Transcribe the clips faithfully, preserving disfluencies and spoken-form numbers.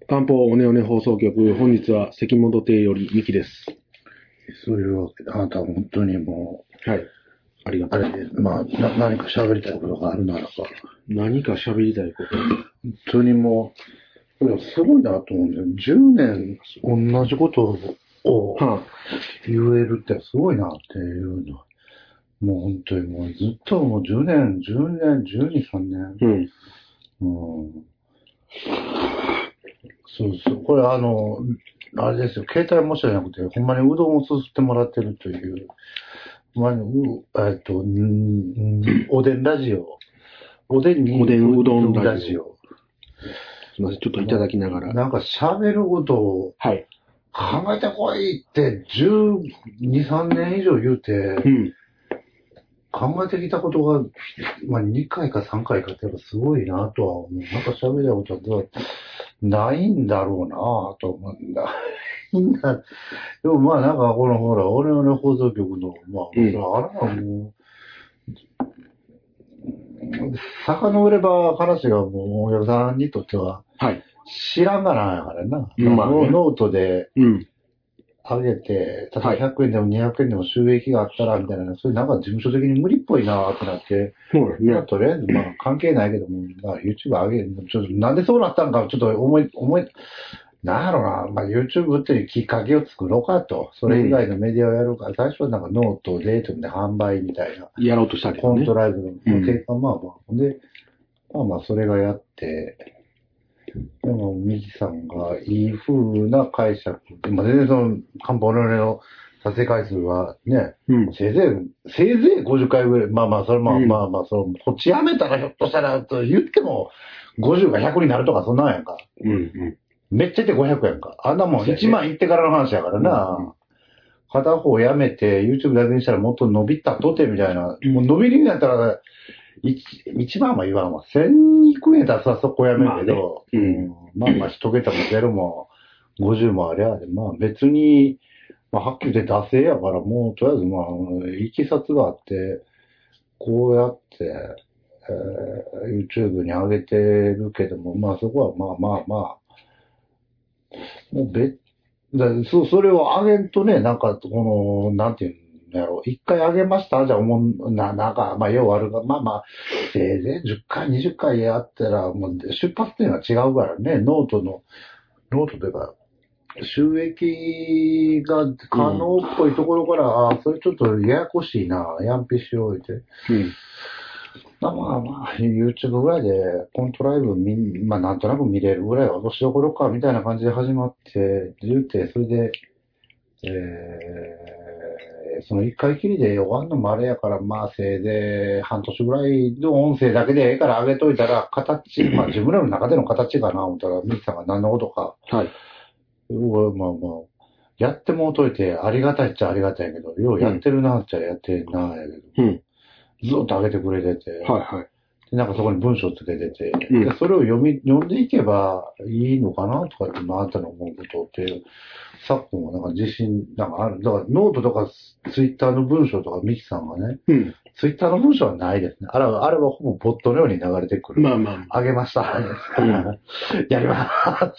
漢方おねおね放送局、本日は関本亭よりミキです。 そういうわけで、あなたは本当にもう、はい。ありがとう。 あれで、まあ、な何か喋りたいことがあるならば。 何か喋りたいこと。 本当にもう、でもすごいなと思うんだよ。じゅうねん同じことを言えるってすごいなっていうの。もう本当にもうずっともうじゅうねん、じゅうねん、じゅうに、さんねん。うん。うん。そうそう。これあの、あれですよ。携帯模写じゃなくて、ほんまにうどんをすすってもらってるという。まあ、う、えっと、んおでんラジオ。おでんにおでんうどんラジオ。 オすみません、ちょっといただきながら。 なんか喋ることを考えてこいってじゅうに、さんねん以上言うて、うん、考えてきたことが、まあ、にかいかさんかいかってやっぱすごいなとは思う。なんか喋りたことはないんだろうなと思うんだ。みんな、でもまあなんかこのほら、俺の放送局の、まあ、うん、あれはもう、遡れば話がもうお客さんにとっては、知らんがなやからな。うん、まあね、ノートで、上げて、例えばひゃくえんでもにひゃくえんでも収益があったら、みたいな、それなんか事務所的に無理っぽいなってなって、ね、まあ、とりあえずまあ関係ないけども、まあ YouTube 上げる、ちょっとなんでそうなったんかちょっと思い、思い、なんやろな、まあ YouTube っていうきっかけを作ろうかと。それ以外のメディアをやろうか。うん、最初はなんかノートで、とで販売みたいな。 やろうとしたけどね。 コントライブの結果、うん、まあまあ。で、まあまあそれがやって、でも、ミキさんがいい風な解釈。まあ全然その、漢方のの撮影回数はね、うん、せいぜい、せいぜいごじゅっかいぐらい。まあまあ、それも、うん、まあまあ、その、こっちやめたらひょっとしたらと言っても、ごじゅうがひゃくになるとかそんなんやんか。うんうんめっちゃいってごひゃくやんか。あんなもんいちまんいってからの話やからな。うんうん、片方やめて YouTube だけにしたらもっと伸びたとてみたいな。うん、もう伸びるんやったら、いちまんは言わんわ。せんいくんやったらさ、そこやめるけど。まあ、ねうん、まあまあ一桁もゼロもごじゅうもありゃで、まあ別に、まあはっきり言って惰性やからもうとりあえずまあ、いきさつがあって、こうやって、えー、YouTube に上げてるけども、まあそこはまあまあまあ、もう別、だそ、それを上げんとね、なんか、この、なんていうんやろう、一回上げましたじゃあ、もう、な、なんか、まあ、要はあるが、まあまあ、せいぜいじゅっかい、にじゅっかいやったら、もう、出発点が違うからね、ノートの、ノートというか、収益が可能っぽいところから、うん、ああ、それちょっとややこしいな、やんぴしおいて。うんまあまあまあ、YouTube ぐらいでコントライブ見、まあなんとなく見れるぐらいは落としどころかみたいな感じで始まって、言うて、それで、えー、その一回きりで終わんのもあれやから、まあせいぜい半年ぐらいの音声だけでええから上げといたら、形、まあ自分らの中での形かな思ったら、ミキさんが何のことか。はい。まあまあ、やってもうといてありがたいっちゃありがたいけど、ようやってるなっちゃやってんなやけど。うんずっと上げてくれてて、はいはい。で、なんかそこに文章つけてて、うん、でそれを読み、読んでいけばいいのかなとかって、あなたの思うことって、昨今はなんか自信、なんかある。だからノートとかツイッターの文章とかミキさんがね、うん、ツイッターの文章はないですね。あれは、あれはほぼボットのように流れてくる。まあまあ。あげました。うん、やります。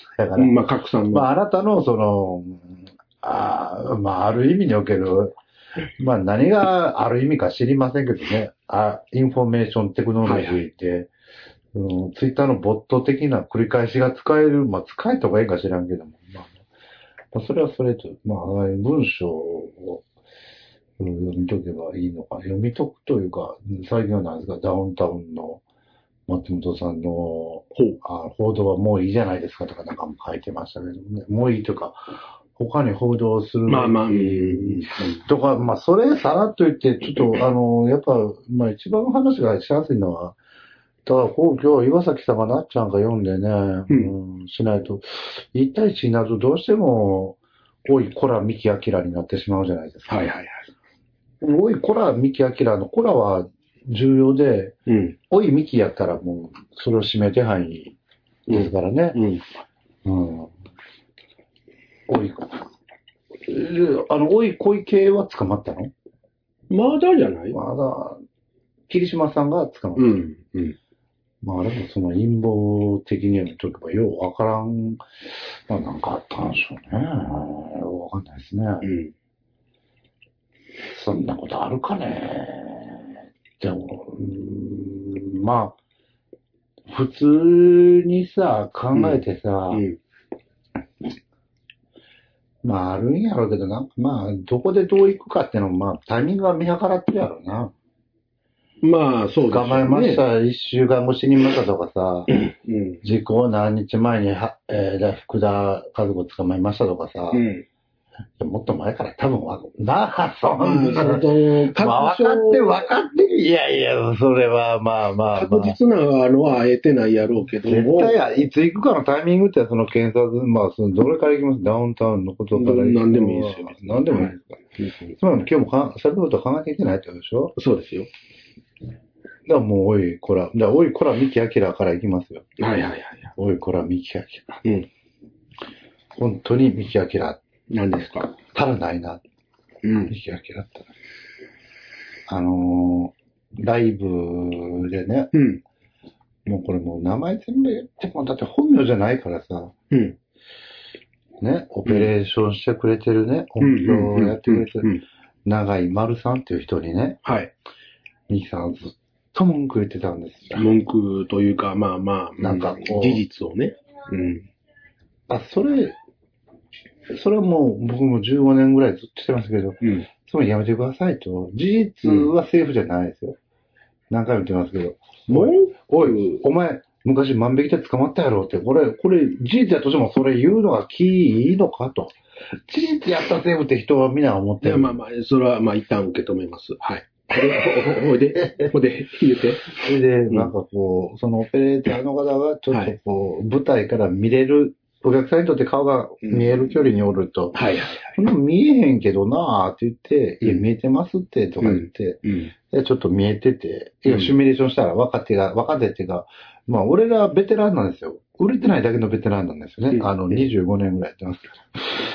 だから。まあ、拡散の。まあ、あなたのその、あまあ、ある意味における、まあ何がある意味か知りませんけどね。あ、インフォメーションテクノロジーって、はいはいうん、ツイッターのボット的な繰り返しが使える、まあ使えた方がいいか知らんけども。まあ、まあ、それはそれと、まあ文章を読み解けばいいのか。読み解くというか、最近は何ですか、ダウンタウンの松本さんのあ報道はもういいじゃないですかとかなんかも書いてましたけどね。もういいというか、他に報道するべき。まあまあ、とか、まあ、それさらっと言って、ちょっと、あの、やっぱ、まあ、一番話がしやすいのは、だから、こう、今日、岩崎さんがなっちゃんが読んでね、うん、うん、しないと、一対一になるとどうしても、おい、コラ、ミキアキラになってしまうじゃないですか。はいはいはい。おい、コラ、ミキアキラの、コラは重要で、うん、おい、ミキやったらもう、それを指名手配ですからね。うん。うんうんおい、あの、おい、小池は捕まったのまだじゃないまだ、霧島さんが捕まった。うん、うん。 まあ、あれもその陰謀的にはちょっとようわからん、まあなんかあったんでしょうね。わかんないですね。 うん。 そんなことあるかね。でも、うーんまあ、普通にさ、考えてさ、 うん。 まああるんやろうけど、なんかまあ、どこでどう行くかっていうのも、まあ、タイミングは見計らってるやろうな。 まあ、そうですよね。 捕まえました、一週間越しにまたとかさ、 うん。 時効何日前には、えー、福田和子捕まえましたとかさ、 うん。 もっと前から多分わ、なあ、そんな。 まあ、その、 まあ、分かってる、分かってる。いやいや、それは、まあまあまあ。 確実なのは会えてないやろうけども。 絶対や、いつ行くかのタイミングって、その検察、まあ、その、どれから行きますダウンタウンのことから行く何でもいいですよ。 何でもいいですか。はい、つまり、今日もか、そういうこと考えていけないってことでしょ。 そうですよ。 だからもう、おい、こら、だからおい、こら、三木明から行きますよ。 はいはいはい。 おい、こら、三木明。 うん。 本当に三木明。 何ですか。 たらないな。 うん。 三木明ったら。あのー、ライブでね、 うん。 もうこれもう名前全部言っても、だって本名じゃないからさ、 うん。 ね、オペレーションしてくれてるね、 うん、 音響をやってくれてうん。うる、 ん。 長井丸さんっていう人にね、 はい。 ミキさんずっと文句言ってたんですよ。 文句というか、まあまあ、 なんかこう事実をね。うん。 あ、それ、それはもう僕もじゅうごねんぐらいずっとしてますけど、 うん。 それやめてくださいと。事実はセーフじゃないですよ。何回も言ってますけど。 もうおい、お前、昔万引きで捕まったやろって、これ、これ、事実やとしてもそれ言うのがキーいいのかと。事実やったセーフって人はみんな思ってる。 いや、まあまあ、それはまあ一旦受け止めます。はい。ほいで、ほいで、言って。 それで、なんかこう、そのオペレーターの方がちょっとこう、舞台から見れる、お客さんにとって顔が見える距離におると、 はいはいそんな見えへんけどなーって言って、いや、見えてますってとか言って、 うん。 いや、ちょっと見えてて、いや、シミュレーションしたら若手が、若手っていうか、まあ、俺らベテランなんですよ。売れてないだけのベテランなんですよね。 うんあの、にじゅうごねんぐらいやってますから。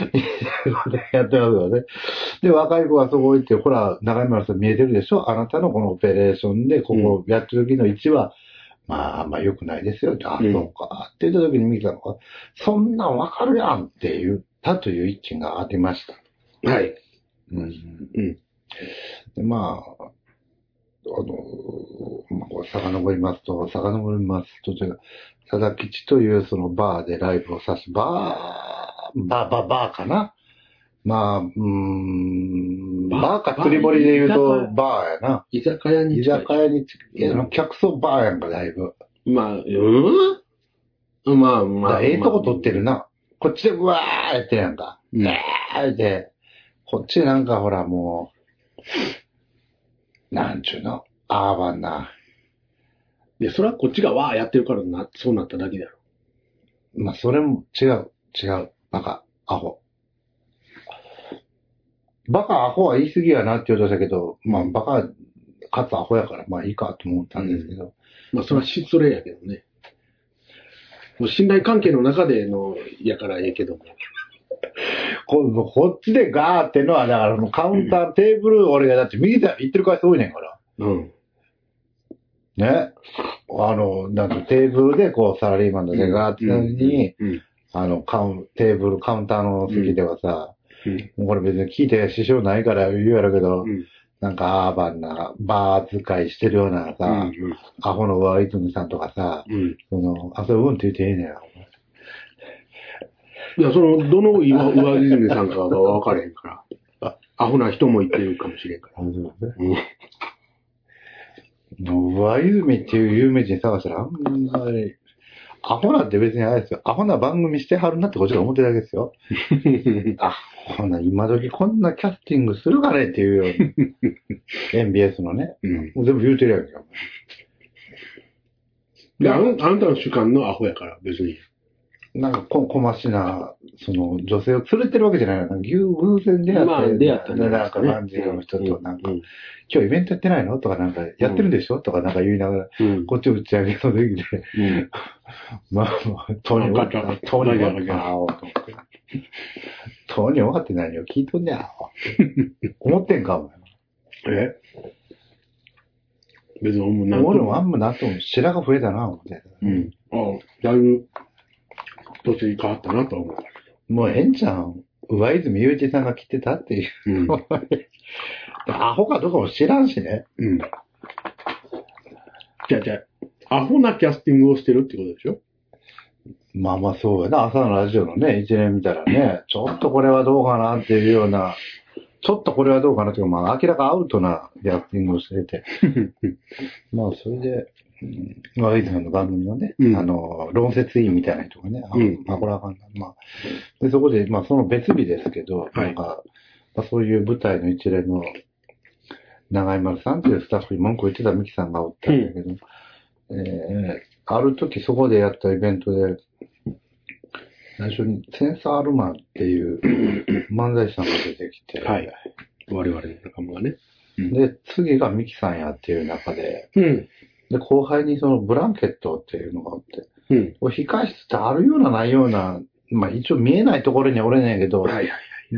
にじゅうごねんやってますからね。で、若い子がそこ行って、ほら、長山さん見えてるでしょあなたのこのオペレーションで、ここやってる時の位置は、まあ、あんま良くないですよ。あ、 うんそうか。って言った時にミキさんが、そんなんわかるやんって言ったという一致がありました。 はい。 うん。 うん。 で、まあ、あの、まあ、これ遡りますと、遡りますと、というか、佐々吉というそのバーでライブをさし、バー、バー、バー、バーかなまあ、うーん、 バーバーか釣り堀で言うバとーバーやな。 居酒屋に居近い。 酒屋に近い、 うん客層バーやんか、だいぶ。 まあ、うんまあまあ。 だええとこ取ってるな。こっちでうわーやってるやんか。 うんえーって、こっちなんかほらもう、なんちゅうの、アーバンな。 で、それはこっちがわーやってるからな、そうなっただけだろ。 まあ、それも違う、違う。バカ、アホ。バカ、アホは言い過ぎやなって言うとしたけど、まあ、バカ、かつアホやから、まあいいかと思ったんですけど。うん、 まあ、それは失礼やけどね。もう信頼関係の中での、やからええけども。 こ, こっちでガーってのは、だからカウンター、うん、テーブル、俺がだって右手行ってる回数多いねんから。 うん。 ね。あの、なんかテーブルでこうサラリーマンの手があってたのに、うんうん、あの、カウン、テーブル、カウンターの席ではさ、うん、これ別に聞いて支障ないから言うやろうけど、うん、なんかアーバンなバー使いしてるようなさ、うんうん、アホの上泉さんとかさ、うん、その、あ、それうんって言ってええねん。 いや、その、どの上上泉さんかが分かれへんから。アホな人も言ってるかもしれんから。そうですね。 うん。上泉っていう有名人探したらあんまり、アホなんて別にあれですよ。アホな番組してはるなってこっちが思ってるだけですよ。あ、ほな、今時こんなキャスティングするかねっていうように。エムビーエス のね。うん、もう全部言うてるやんか。 いや、あなたの主観のアホやから、別に。 なんかこ、こましな、その、女性を連れてるわけじゃないの。偶然出会って。 まあ、出会ったんじゃないですかね。なんか感じの人と、なんか、うんうん、今日イベントやってないのとか、なんか、やってるんでしょ、うん、とか、なんか言いながら、うん、こっち打ち上げの時で、うん、まあ、まあ、とにかく、とにかく、とにかくって何を聞いとんねや。思ってんか、お前。 え別にもうなんと俺もあんまなんとも白が増えたな、思って。 うん。ああ、だいぶ、年変わったなと思う。 もうええんちゃん。上泉雄一さんが来てたっていう。うん、アホかどうかも知らんしね。 うん。じゃあじゃあ、アホなキャスティングをしてるってことでしょ？ まあまあそうやな。朝のラジオのね、一連見たらね、ちょっとこれはどうかなっていうような、ちょっとこれはどうかなっていうか、まあ明らかアウトなキャスティングをしてて。まあそれで、上泉の番組のね、うん、あの、論説委員みたいな人がね、あ、うん、まあこれはあかんな。まあ、で、そこで、まあその別日ですけど、はい、なんか、まあ、そういう舞台の一連の長井丸さんっていうスタッフに文句言ってたミキさんがおったんだけど、うん、えー、ある時そこでやったイベントで、最初にセンサーアルマンっていう漫才師さんが出てきて、 はい。我々の仲間がね。 うん、で、次がミキさんやっていう中で、 うん、で、 後輩にそのブランケットっていうのがあって、うん、控室ってあるようなないような、まあ一応見えないところにはおれないけど、はいはいはい、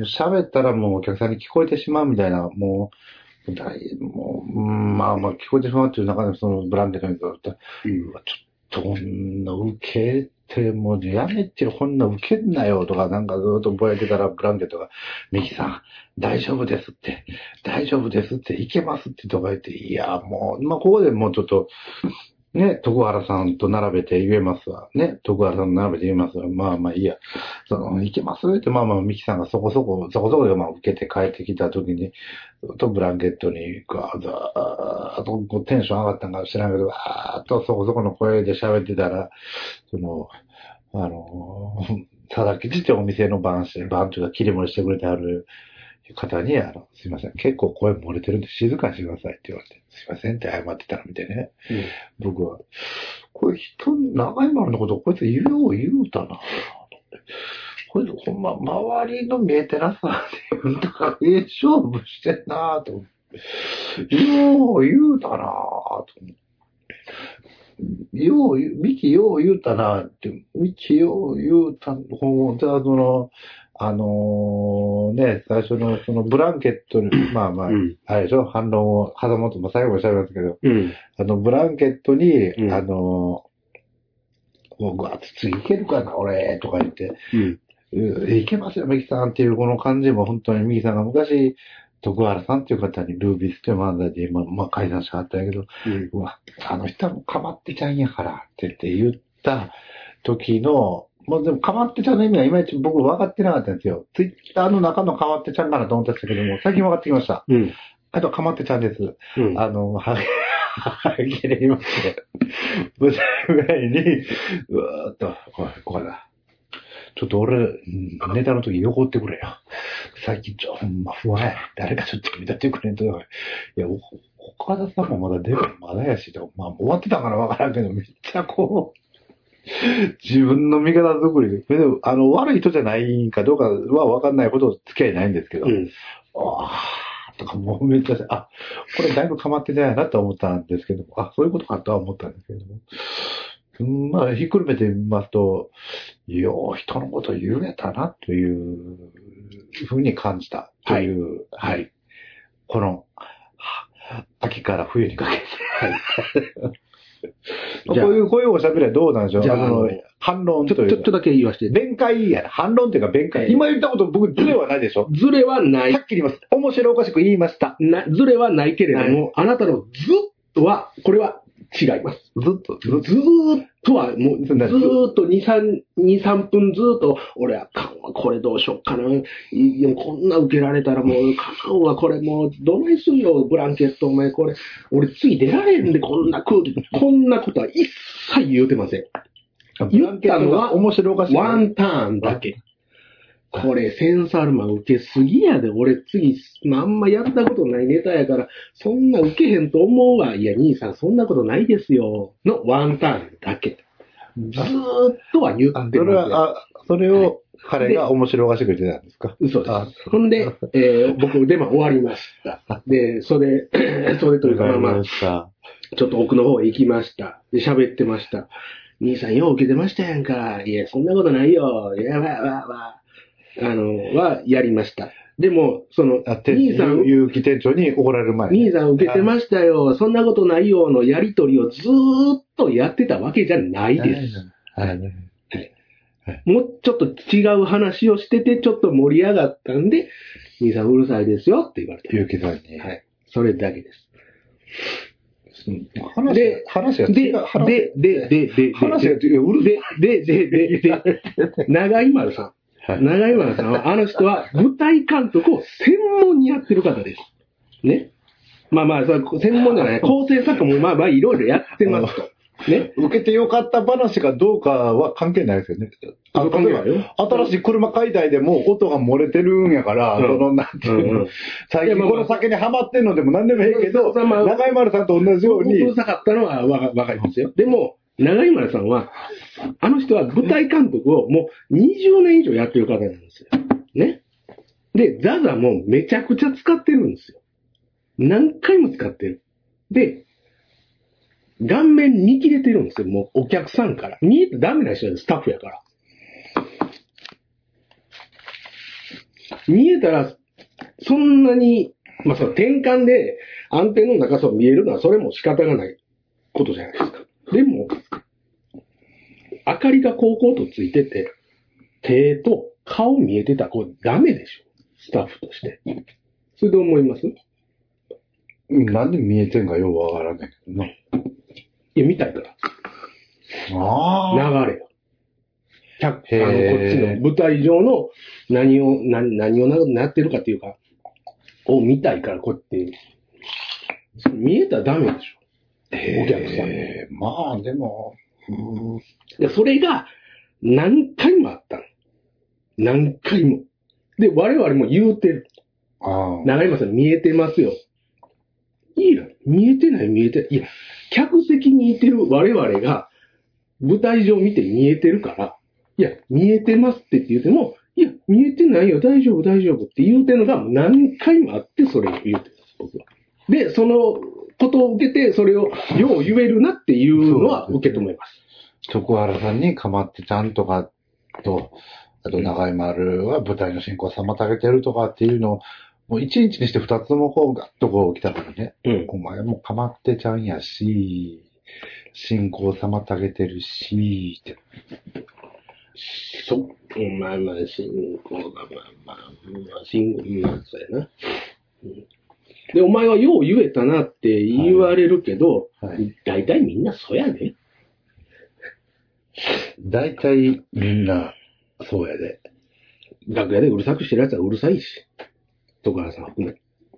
喋ったらもうお客さんに聞こえてしまうみたいな、もう、大もう、まあまあ聞こえてしまうっていう中でそのブランケットにとって、うん、ちょっとこんな受けて、もうやめてよ、こんな受けんなよとかなんかずっとぼやいてたらブランケットが、ミキさん、大丈夫ですって、大丈夫ですって、いけますってとか言って、いや、もう、まあここでもうちょっと、ね、徳原さんと並べて言えますわ。ね、徳原さんと並べて言えますわ。まあまあいいや。その、いけますって、まあまあ、ミキさんがそこそこ、そこそこでまあ受けて帰ってきた時に、とブランケットに、ガーザーっとこうテンション上がったんか知らんけど、あーっとそこそこの声で喋ってたら、その、あの、佐々木ってお店の番して、番というか切り盛りしてくれてある方に、あの、すいません、結構声漏れてるんで静かにしてくださいって言われて、すいませんって謝ってたの見てね。うん、僕は、これ人、長い丸のことこいつ言う言うたな。こいつほんま、周りの見えてなさで言うんだから、ええ勝負してんなと思って。よう言うたなと思って。よう、ミキよう言うたなって、ミキよう言うた、ほんとはその、あのー、ね、最初のそのブランケットに、まあまあ、うん、あれでしょ、反論を挟もうと、まあ最後に喋りますけど、うん、あの、ブランケットに、うん、あのー、僕は次いけるかな、俺、とか言って、うん、いけますよ、ミキさんっていうこの感じも本当にミキさんが昔、徳原さんっていう方にルービスっていう漫才で今、まあ解散しかあったんやけど、うん、うわ、あの人はもうかまってちゃんやからって言って言った時の、もうでもかまってちゃんの意味はいまいち僕分かってなかったんですよ。ツイッターの中のかまってちゃんかなと思ったんですけども、最近分かってきました。うん、あとかまってちゃんです。うん、あの、はげ、はげれまして、舞台ぐらいに、うわーっと、おい、おいだ。ちょっと俺、ネタの時横ってくれよ。最近ちょ、ほんま不安や。誰かちょっと見たってくれんと。いや、岡田さんもまだ出るのまだやし、まあ終わってたからわからんけど、めっちゃこう、自分の味方作りで、でもあの、悪い人じゃないかどうかはわかんないほど付き合いないんですけど、うん、あーとかもうめっちゃ、あ、これだいぶかまってないなと思ったんですけど、あ、そういうことかとは思ったんですけれども。まあ、ひっくるめてみますと、よう人のこと言えたなというふうに感じたという、はい。はい、この、秋から冬にかけて。はい。こういう、こういうおしゃべりはどうなんでしょう？じゃあ、あの、反論というか。 ちょっとだけ言わせて。 弁解やな。反論というか弁解。今言ったこと僕ズレはないでしょ？ ズレはない。 はっきり言います。面白おかしく言いました。 な、ズレはないけれども、あなたのずっとは、これは、違います。 ずっと、 ずーっとは、もう、ずーっとに、さん、に、さんぷんずーっと、俺はかんわ、これどうしよっかな。いや、こんな受けられたらもう、かんわ、これもう、どないすんよ、ブランケット、お前、これ。俺、次出られんで、こんな空気、こんなことは一切言うてません。言ったのは、 面白おかしい。 ワンターンだけ。これ、センサールマン受けすぎやで。俺次、あんまやったことないネタやから、そんな受けへんと思うわ。いや、兄さん、そんなことないですよ。のワンターンだけ。ずーっとは言ってます。 それは、あ、それを彼が面白おかしく言ってたんですか？ そうです。ほんで、えー、僕、デマ終わりました。で、それ、それというか、まあまあ、ちょっと奥の方へ行きました。で、喋ってました。兄さん、よう受けてましたやんか。いや、そんなことないよ。いや、わわわあの、は、やりました。 でも、その、兄さん、 結城店長に怒られる前に。兄さん受けてましたよ、そんなことないよのやりとりをずーっとやってたわけじゃないです。 はい。はい。 もうちょっと違う話をしてて、ちょっと盛り上がったんで、兄さんうるさいですよって言われた。 結城さんに。 はい。それだけです。 話で、話が違う。 で、で、で、で、で、 話が違う。うるで、で、で、で、で、長井丸さん。はい、長井丸さんは、あの人は舞台監督を専門にやってる方です。ね。まあまあ、それ専門じゃない。構成作家もまあまあいろいろやってますと。ね。 受けてよかった話かどうかは関係ないですよね。 あ、関係ないよ。 新しい車解体でも音が漏れてるんやから、うん、その、なんていうの、うん、最近この酒にハマってんのでも何でもいいけど、長井丸さんと同じように。 うるさかったのはわかりますよ。でも、長井丸さんは、あの人は舞台監督をもうにじゅうねん以上やってる方なんですよ。ね。で、ザザもめちゃくちゃ使ってるんですよ。何回も使ってる。で、顔面見切れてるんですよ。もうお客さんから。見えてダメな人はスタッフやから。見えたら、そんなに、まあ、その転換でアンテンの中さを見えるのはそれも仕方がないことじゃないですか。でも、明かりがこうこうとついてて、手と顔見えてたらこれダメでしょ。スタッフとして。それどう思います？ なんで見えてんかようわからないけどな。いや、見たいから。 ああ。流れが。あの、こっちの舞台上の何を、何、何をなってるかっていうか、を見たいから、こうやって、見えたらダメでしょ。お客さん。 えー、まあ、でも、 うん、で、それが何回もあったの。何回も。で、我々も言うてる。 ああ。 長山さん見えてますよ。いや、見えてない見えてない。いや、客席にいてる我々が舞台上見て見えてるから、いや、見えてますって言っても、いや、見えてないよ、大丈夫、大丈夫って言うてるのが何回もあって、それを言うてるんです、僕は。で、そのことを受けて、それをよう言えるなっていうのは受け止めます。 徳原さんにかまってちゃんとかと、あと長井丸は舞台の進行を妨げてるとかっていうのを、もう一日にして二つもこうガッとこう来たからね。うん。お前もかまってちゃんやし、進行を妨げてるし、って。 そ、まあまあ、進行が、まあまあ、まあ、進行、まあ、そうやな。うん、で、お前はよう言えたなって言われるけど、はいはい、大体みんなそうやで。 大体みんなそうやで。 楽屋でうるさくしてるやつはうるさいし。徳原さん含め。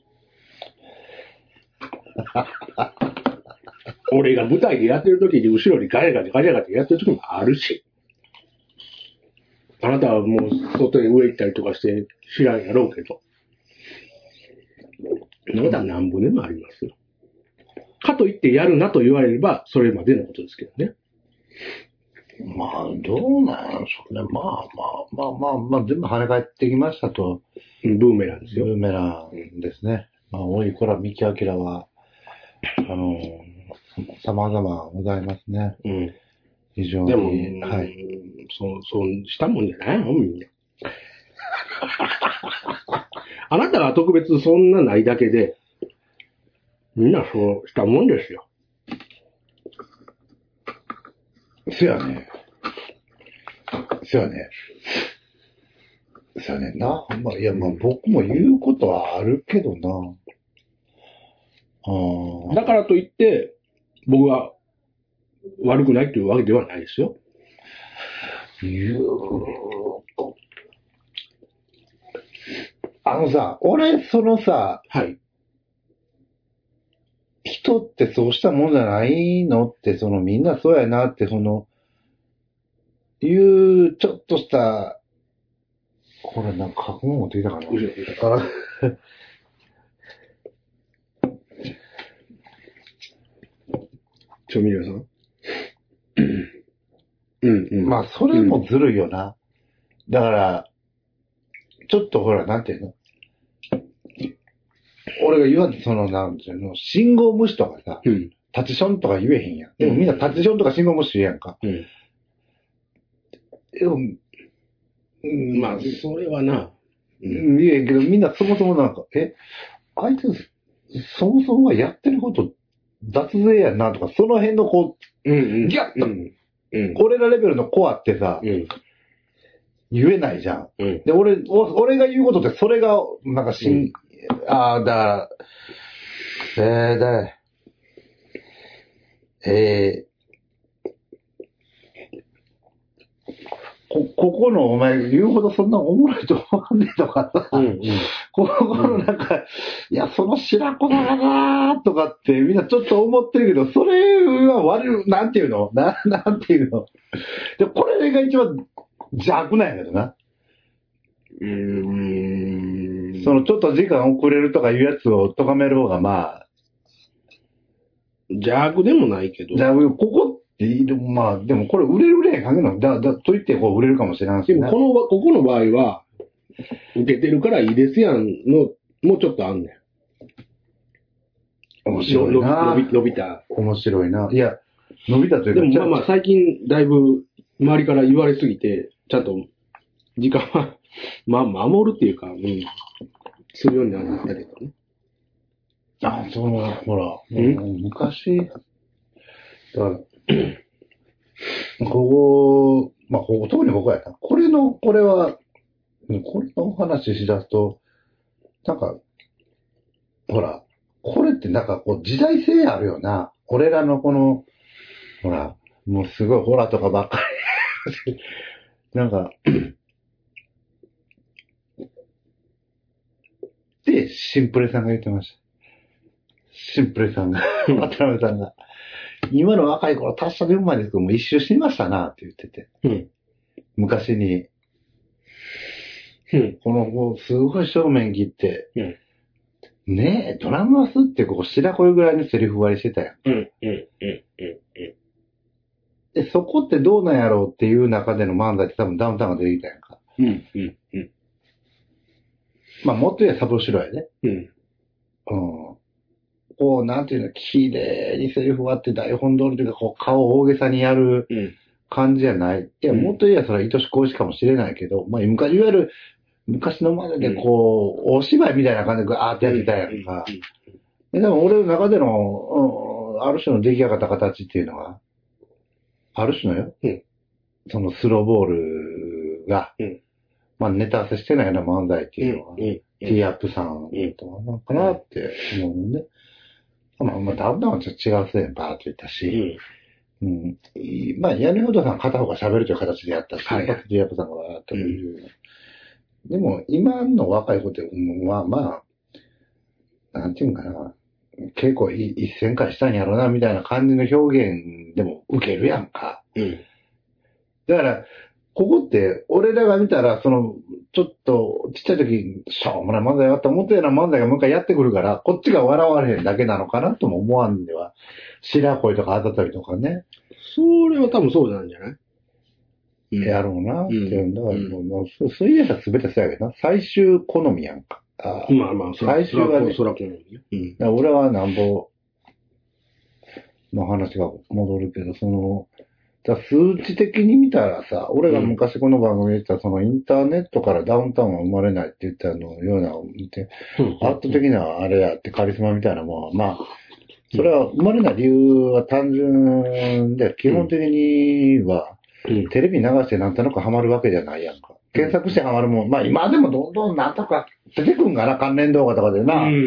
俺が舞台でやってる時に後ろにガヤガヤガヤガヤやってる時もあるし。あなたはもう外に上行ったりとかして知らんやろうけど。そんなことは何分でもありますよ。かといってやるなと言われれば、それまでのことですけどね。 まあ、どうなんでしょうね。まあまあまあまあまあ、全部跳ね返ってきましたと。 ブーメランですよ。 ブーメランですね。まあ、多い子ら、三木明は、あの、様々ございますね。うん。非常に。 でも、はい。そう、そうしたもんじゃないのみんな。あなたが特別そんなないだけで、みんなそうしたもんですよ。 そやね。そやね。そやねんな。まあ、いや、まあ僕も言うことはあるけどな。 あだからといって、僕は悪くないっていうわけではないですよ。 言う。あのさ、俺、そのさ、はい。人ってそうしたもんじゃないのって、そのみんなそうやなって、その、いう、ちょっとした、これなんか書くもん持ってきたかな。 調味料さんうんうん。まあ、それもずるいよな。うん、だから、ちょっとほら、なんていうの俺が言わんと、その、なんていうの、信号無視とかさ、うん、タチションとか言えへんやん。でもみんなタチションとか信号無視言うやんか。うん。 でも、うん、まあ、それはな、 言えんけど、みんなそもそもなんか、え、あいつ、そもそもはやってること脱税やんなとか、その辺のこう、 うんうん、 ギャッと、 うんうん、 俺らレベルのコアってさ、 うん、 言えないじゃん。 うん、 で、俺、俺が言うことってそれが、なんかしん、うん、ああ、だから、えー、だ、えー、こ、ここのお前言うほどそんなおもろいと思わねえとかさ、うんうん、ここのなんか、うん、いや、その白子だなーとかってみんなちょっと思ってるけど、それは悪い、なんていうのな、なんていうので、これが一番邪悪なんやけどな。うーん。そのちょっと時間遅れるとかいうやつを咎める方がまあ。 邪悪でもないけど。 邪悪、ここっていい、まあ、でもこれ売れる売れへん関係の、だ、だ、と言ってこう売れるかもしれないし、 ね。でもこの、ここの場合は、受けてるからいいですやんの、もうちょっとあんねん。面白いな。 伸び、伸びた。 面白いな。いや、伸びたというか。 でもまあまあ最近だいぶ周りから言われすぎて、ちゃんと時間は、まあ守るっていうか、うん、するようになったけどね。 あ、その、ほら、うん、昔、だから、ここ、まあ、ここ、特にここやな。これの、これは、これのお話しだすと、なんか、ほら、これってなんかこう時代性あるよな。俺らのこの、ほら、もうすごいホラーとかばっかり。なんか、で、シンプレさんが言ってました。シンプレさんが、渡辺さんが。今の若い頃、達者でうまいですけど、もう一周してましたな、って言ってて。うん、昔に。うん、この、こう、すごい正面切って、うんねえ、ドラムはすってこう白子ぐらいのセリフ割りしてたやん。うん、うん、うん、うん、うん。で、そこってどうなんやろうっていう中での漫才って多分ダウンタウンが出てきたやんか。うん、うん、うん。まあ、もっと言えばサブロシロやね。うん。うん。こう、なんていうの、綺麗にセリフ割って台本通りというか、こう、顔を大げさにやる感じじゃない。うん、いや、もっと言えばそれは愛しく恋しかもしれないけど、まあ、昔、いわゆる、昔のまででこう、お芝居みたいな感じでガーってやってたやんか。でも俺の中での、うん、ある種の出来上がった形っていうのは、ある種のよ、うん、そのスローボールが、うん、まあネタ合わせしてないような漫才っていうのは、うん、ティーアップさんとはなんかなって思うんで、まあまあダウンタウンはちょっと違うせいでバーって言ったし、うん、うん、まあ屋根ほどさん片方が喋るという形でやったし、はい、ティーアップさんがバーっという、うんでも、今の若い子って、まあまあ、なんていうんかな、結構一線化したんやろな、みたいな感じの表現でも受けるやんか。うん。だから、ここって、俺らが見たら、その、ちょっと、ちっちゃい時、しょうもない漫才やった思ったような漫才がもう一回やってくるから、こっちが笑われへんだけなのかなとも思わんでは、白恋とかあざとりとかね。 それは多分そうなんじゃないやろうなっていうんだから、もう、もうそういうやつは全てそうやけどな。最終好みやんか。 あまあまあ、 最終はね。 そら好みね。 うん。俺はなんぼの話が戻るけど、その、数値的に見たらさ、俺が昔この番組で言ったそのインターネットからダウンタウンは生まれないって言ったのようなのを見て、圧倒的なあれやってカリスマみたいなもんは、まあ、それは生まれない理由は単純で、基本的には、うん、テレビ流してなんとなくハマるわけじゃないやんか。検索してハマるもん。まあ今でもどんどんなんとか出てくんかな、関連動画とかでな。うん、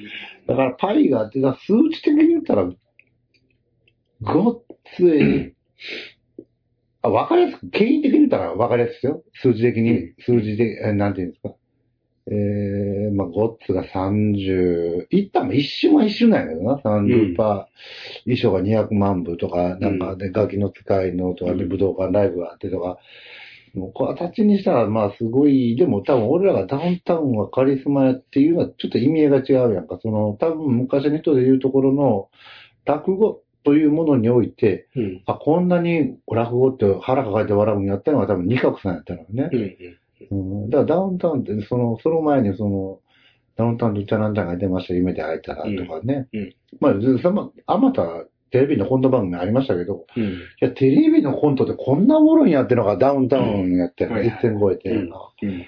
だからパイがあって、数値的に言ったら、ごっつい、あ、わかりやすく、権威的に言ったらわかりやすいですよ。数字的に、数字で、なんていうんですか。えー、まあ、ゴッツがさんじゅう、いったも一瞬は一瞬なんやけどな、さんじゅうパーセント、衣装がにひゃくまん部とか、なんかで、ガキの使いのとかで武道館ライブがあってとか、もう形にしたらまあすごい、でも多分俺らがダウンタウンはカリスマやっていうのはちょっと意味合いが違うやんか。その、多分昔の人で言うところの、落語というものにおいて、うん、あ、こんなに落語って腹抱えて笑うんやったのが多分二角さんやったのね。うんうん、だからダウンタウンって、その、その前にその、ダウンタウンとチャランタンが出ました、夢で会えたらとかね。うんうん、まあ、その、あまたテレビのコント番組ありましたけど、うん、いや、テレビのコントってこんなおもろいんやってのがダウンタウンやってる、うん、一線超えてるな、うんうん。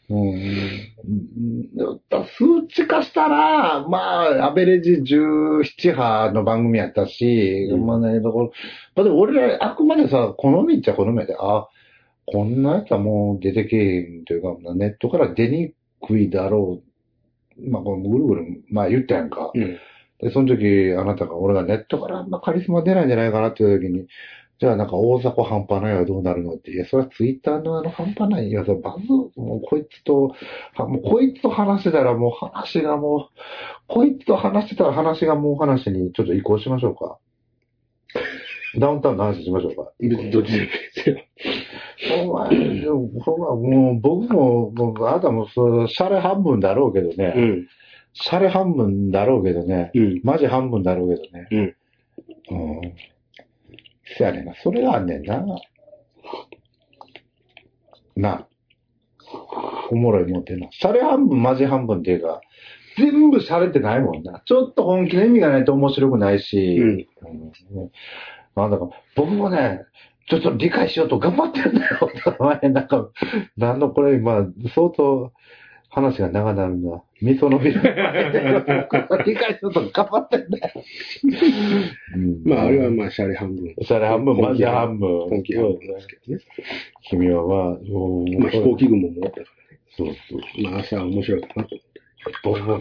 うん。数値化したら、まあ、アベレージじゅうなな波の番組やったし、うん、まあね、だから、まあでも俺ら、あくまでさ、好みっちゃ好みやで、あ、こんなやつはもう出てけえへんというか、ネットから出にくいだろう。まあ、このぐるぐる、まあ言ったやんか。うん、で、その時、あなたが、俺がネットからあんまカリスマ出ないんじゃないかなっていう時に、じゃあなんか大迫半端ないはどうなるのって、いや、それはツイッターのあの半端ない、いや、それバズ、もうこいつと、もうこいつと話してたらもう話がもう、こいつと話してたら話がもう話にちょっと移行しましょうか。ダウンタウンの話しましょうか。 別にどっちでもいいですよ。 お前、でも、もう僕も、僕、あなたもそう、シャレ半分だろうけどね。うん。シャレ半分だろうけどね。うん。マジ半分だろうけどね。うん。うん。せやねんな。それがあんねんな。な。おもろいもんってな。シャレ半分、マジ半分っていうか、全部シャレってないもんな。ちょっと本気の意味がないと面白くないし。うん。うん、なんだか、僕もね、ちょっと理解しようと頑張ってるんだよ。前、なんか、なんのこれ、まあ、相当話が長なるんだ。味噌のビル理解しようと頑張ってるんだよ。 うん、まあ、あれはまあ、シャレ半分。 シャレ半分、マジ半分。 本気半分ですけどね。 君はまあ、 まあ、飛行機雲も持ってるからね。 そうそう。 まあ、朝は面白いかなと思って。 僕も、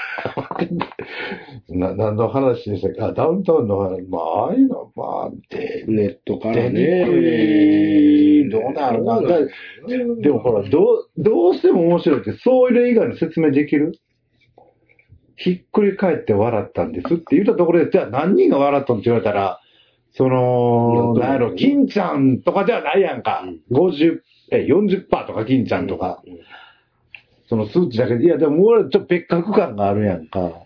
な、何の話でしたか、ダウンタウンの話、まあ、ああいうのは、まあ、で、 ネットからね。 どうなるな。だでもほら、どう、どうしても面白いって、そういう以外の説明できる？ひっくり返って笑ったんですって言ったところで、じゃあ何人が笑ったんって言われたら、その、なんやろ、金ちゃんとかではないやんか。うん、ごじゅう、え、よんじゅっパーセントとか金ちゃんとか。うんうん、その数値だけで、いや、でも俺ちょっと別格感があるやんか。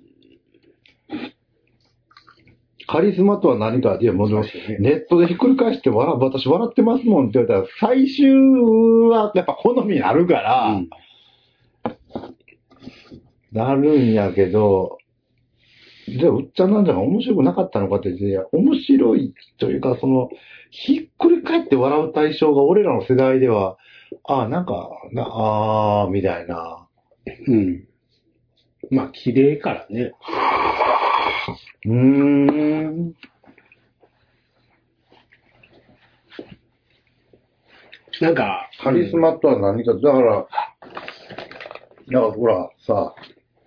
カリスマとは何か、いや、もう、ね、ネットでひっくり返して笑、私笑ってますもんって言われたら、最終はやっぱ好みになるから、うん、なるんやけど、じゃあ、うっちゃんなんじゃが面白くなかったのかって言って、いや、面白いというか、その、ひっくり返って笑う対象が俺らの世代では、ああ、なんか、なああ、みたいな。 うん。まあ、綺麗からね。 うーん。 なんか、 カリスマとは何か、だから、だからほら、さ、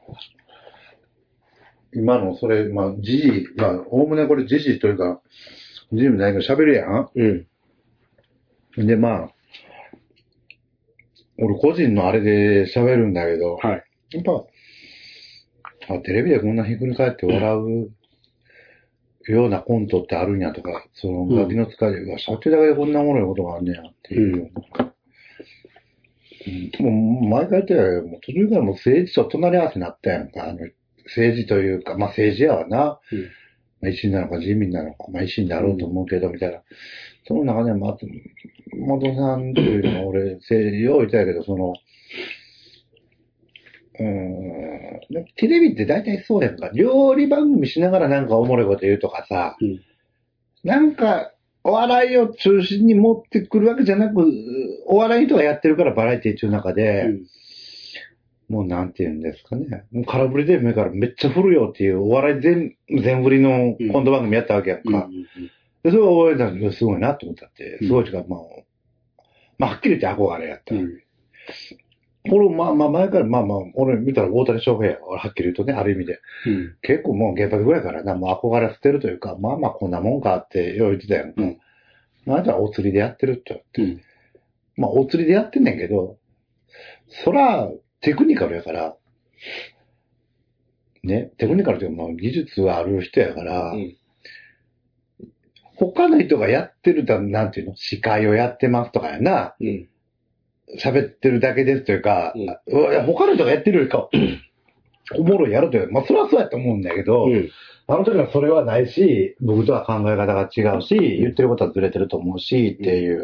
今のそれ、まあ、時事、まあ、おおむねこれ時事というか、時事もないけど喋るやん。うん。で、まあ、俺個人のあれで喋るんだけど、はい。やっぱ、あ、テレビでこんなひっくり返って笑うようなコントってあるんやとか、そのガキの使いで、うわ、しゃってるだけでこんなおもろいことがあんねやっていう。うん、もう、毎回言ってたよ。もう途中からもう政治と隣り合わせになったやんか。あの、政治というか、まあ政治やわな。うん、まあ維新なのか自民なのか、まあ維新だろうと思うけど、みたいな。その中で、松本さんというのは俺、政治よう言ったけど、その、うーん、テレビって大体そうやんか。料理番組しながらなんかおもろいこと言うとかさ、うん、なんか、お笑いを中心に持ってくるわけじゃなく、お笑いの人がやってるからバラエティー中の中で、うん、もうなんて言うんですかね。もう空振りで目からめっちゃ振るよっていうお笑い全、全振りのコント番組やったわけやんか。うん、でそれは応援団がすごいなと思ったって、すごいというか、まあ、まあはっきり言って憧れやった。うん、これ、まあまあ前から、まあまあ、俺見たら大谷翔平や。俺はっきり言うとね、ある意味で。うん、結構もう原発ぐらいからな、もう憧れ捨てるというか、まあまあこんなもんかってよう言ってたやんか。うん、まあじゃあお釣りでやってるって言って。うん、まあお釣りでやってんねんけど、そら、テクニカルやから、ね、テクニカルというか、まあ技術はある人やから、うん、他の人がやってるだ、なんていうの、司会をやってますとかやな。うん喋ってるだけですというか、うん、いや他の人がやってるよりか、おもろいやるという、まあそれはそうやと思うんだけど、うん、あの時はそれはないし、僕とは考え方が違うし、言ってることはずれてると思うし、っていう、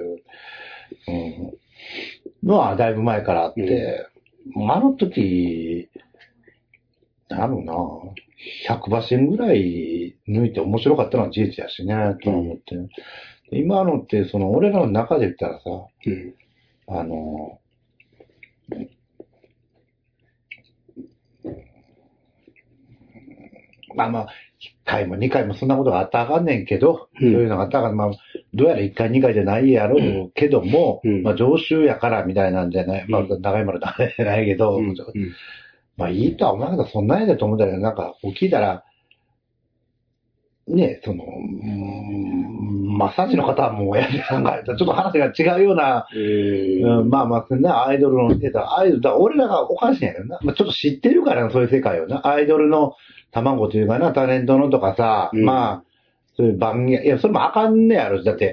うん、のはだいぶ前からあって、うん、あの時、なんだろうな、ひゃくばしんぐらい抜いて面白かったのは事実やしね、と思って。うん、今のって、その俺らの中で言ったらさ、うんあの、 まあまあ、いっかいもにかいもそんなことがあったらあかんねんけど、うん、そういうのがあったら、まあ、どうやらいっかいにかいじゃないやろうけども、うん、まあ常習やからみたいなんじゃない、うん、まあ長いものだめじゃないけど、うんうん、まあいいとは思うけど、そんなんやでと思ったけど、なんか、起きたら、ね、その、マッサージの方はもう親父さんが、ちょっと話が違うような、うん、まあまあ、ね、アイドルのデータ、アイドル、だ俺らがおかしいんやけどな。まあ、ちょっと知ってるからな、そういう世界をな。アイドルの卵というかな、タレントのとかさ、うん、まあ、そういう番組、いや、それもあかんねやろ。だって、